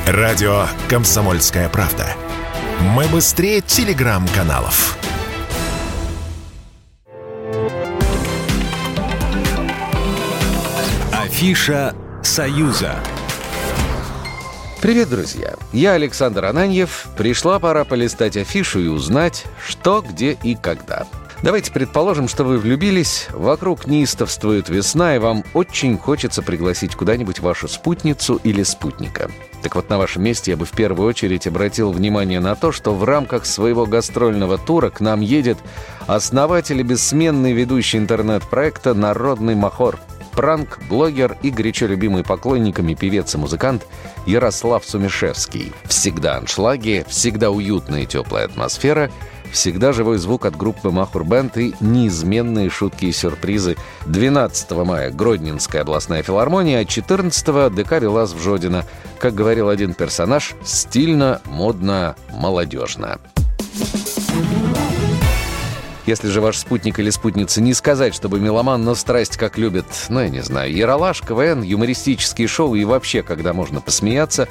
Радио «Комсомольская правда». Мы быстрее телеграм-каналов. Афиша «Союза». Привет, друзья! Я Александр Ананьев. Пришла пора полистать афишу и узнать, что, где и когда. Давайте предположим, что вы влюбились, вокруг неистовствует весна, и вам очень хочется пригласить куда-нибудь вашу спутницу или спутника. Так вот, на вашем месте я бы в первую очередь обратил внимание на то, что в рамках своего гастрольного тура к нам едет основатель и бессменный ведущий интернет-проекта «Народный Махор», пранк, блогер и горячо любимый поклонниками певец и музыкант Ярослав Сумишевский. Всегда аншлаги, всегда уютная и теплая атмосфера, всегда живой звук от группы «Махор Бэнд» и неизменные шутки и сюрпризы. 12 мая Гродненская областная филармония, а 14-го ДК «Велас» в Жодино. Как говорил один персонаж, стильно, модно, молодежно. Если же ваш спутник или спутница не сказать, чтобы меломан, но страсть как любит, я не знаю, Ералаш, КВН, юмористические шоу и вообще, когда можно посмеяться,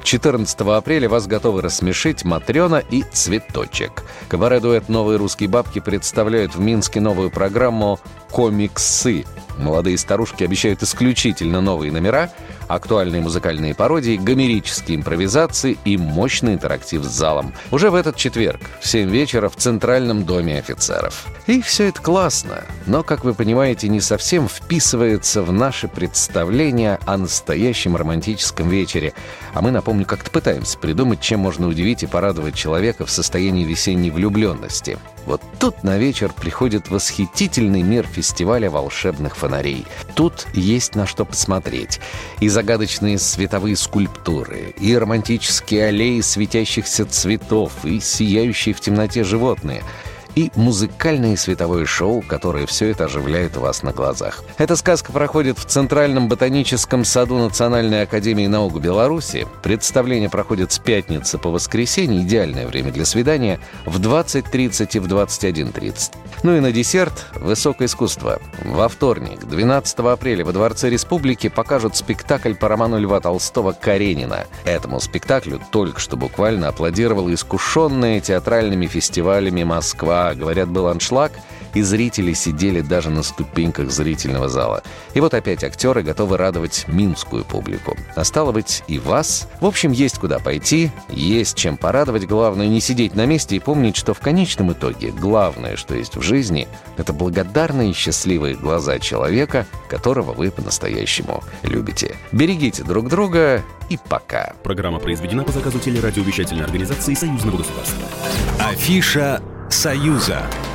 14 апреля вас готовы рассмешить Матрена и Цветочек. Кабаре-дуэт «Новые русские бабки» представляют в Минске новую программу «Комиксы». Молодые старушки обещают исключительно новые номера, актуальные музыкальные пародии, гомерические импровизации и мощный интерактив с залом. Уже в этот четверг в 7 вечера в Центральном доме офицеров. И все это классно, но, как вы понимаете, не совсем вписывается в наше представление о настоящем романтическом вечере. А мы, напомню, как-то пытаемся придумать, чем можно удивить и порадовать человека в состоянии весенней влюбленности. Вот тут на вечер приходит восхитительный мир фестиваля волшебных фонарей. Тут есть на что посмотреть. И загадочные световые скульптуры, и романтические аллеи светящихся цветов, и сияющие в темноте животные, и музыкальное и световое шоу, которое все это оживляет у вас на глазах. Эта сказка проходит в Центральном ботаническом саду Национальной академии наук Беларуси. Представление проходит с пятницы по воскресенье, идеальное время для свидания, в 20:30 и в 21:30. Ну и на десерт – высокое искусство. Во вторник, 12 апреля, во Дворце Республики покажут спектакль по роману Льва Толстого «Каренина». Этому спектаклю только что буквально аплодировала искушенная театральными фестивалями Москва. Говорят, был аншлаг, и зрители сидели даже на ступеньках зрительного зала. И вот опять актеры готовы радовать минскую публику. А стало быть, и вас. В общем, есть куда пойти, есть чем порадовать. Главное, не сидеть на месте и помнить, что в конечном итоге главное, что есть в жизни, это благодарные и счастливые глаза человека, которого вы по-настоящему любите. Берегите друг друга и пока. Программа произведена по заказу телерадиовещательной организации Союзного государства. Афиша «Союза».